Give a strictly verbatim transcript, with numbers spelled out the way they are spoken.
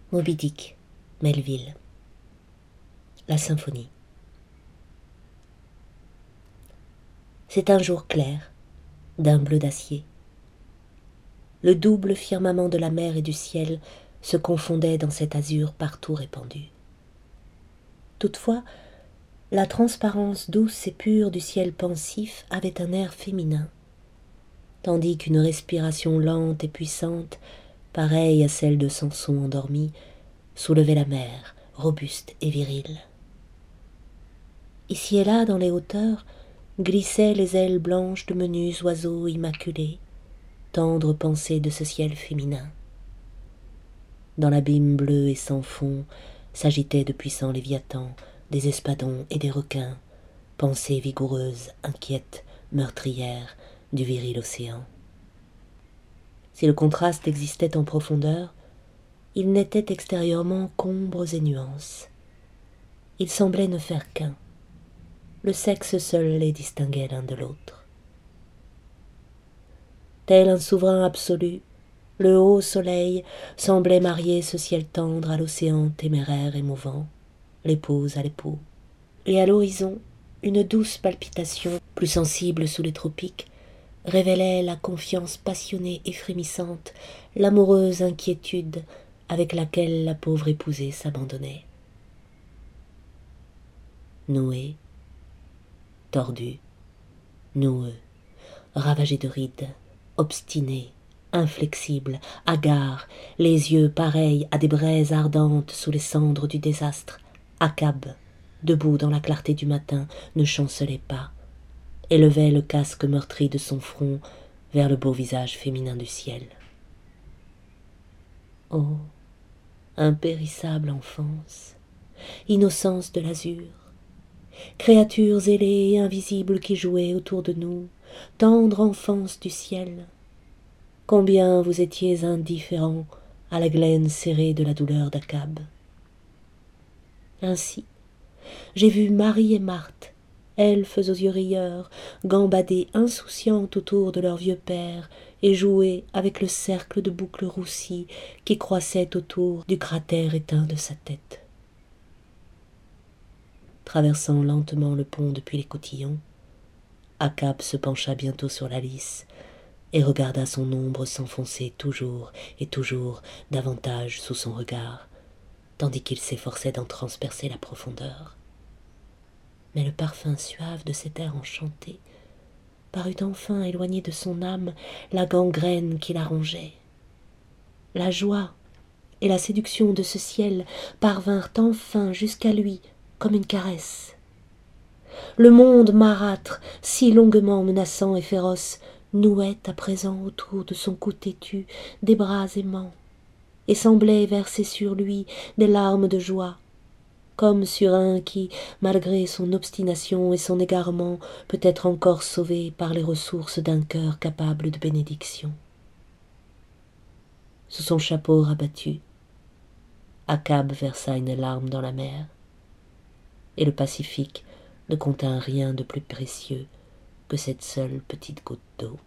Moby Dick, Melville. La symphonie. C'est un jour clair, d'un bleu d'acier. Le double firmament de la mer et du ciel se confondait dans cet azur partout répandu. Toutefois, la transparence douce et pure du ciel pensif avait un air féminin, tandis qu'une respiration lente et puissante, pareille à celle de Samson endormi, soulevait la mer, robuste et virile. Ici et là, dans les hauteurs, glissaient les ailes blanches de menus oiseaux immaculés, tendres pensées de ce ciel féminin. Dans l'abîme bleu et sans fond s'agitaient de puissants léviathans, des espadons et des requins, pensées vigoureuses, inquiètes, meurtrières du viril océan. Si le contraste existait en profondeur, il n'était extérieurement qu'ombres et nuances. Il semblait ne faire qu'un. Le sexe seul les distinguait l'un de l'autre. Tel un souverain absolu, le haut soleil semblait marier ce ciel tendre à l'océan téméraire et mouvant, l'épouse à l'époux. Et à l'horizon, une douce palpitation, plus sensible sous les tropiques, révélait la confiance passionnée et frémissante, l'amoureuse inquiétude avec laquelle la pauvre épousée s'abandonnait. Noué, tordu, noueux, ravagé de rides, obstiné, inflexible, hagard, les yeux pareils à des braises ardentes sous les cendres du désastre, Achab, debout dans la clarté du matin, ne chancelait pas, élevait le casque meurtri de son front vers le beau visage féminin du ciel. Oh, impérissable enfance, innocence de l'azur, créatures ailées et invisibles qui jouaient autour de nous, tendre enfance du ciel, combien vous étiez indifférents à la glaine serrée de la douleur d'Achab. Ainsi, j'ai vu Marie et Marthe, elfes aux yeux rieurs, gambader insouciantes autour de leur vieux père et jouer avec le cercle de boucles roussies qui croissaient autour du cratère éteint de sa tête. Traversant lentement le pont depuis les cotillons, Achab se pencha bientôt sur la lisse et regarda son ombre s'enfoncer toujours et toujours davantage sous son regard, tandis qu'il s'efforçait d'en transpercer la profondeur. Mais le parfum suave de cet air enchanté parut enfin éloigner de son âme la gangrène qui la rongeait. La joie et la séduction de ce ciel parvinrent enfin jusqu'à lui comme une caresse. Le monde marâtre, si longuement menaçant et féroce, nouait à présent autour de son cou têtu des bras aimants, et semblait verser sur lui des larmes de joie, comme sur un qui, malgré son obstination et son égarement, peut être encore sauvé par les ressources d'un cœur capable de bénédiction. Sous son chapeau rabattu, Achab versa une larme dans la mer, et le Pacifique ne contint rien de plus précieux que cette seule petite goutte d'eau.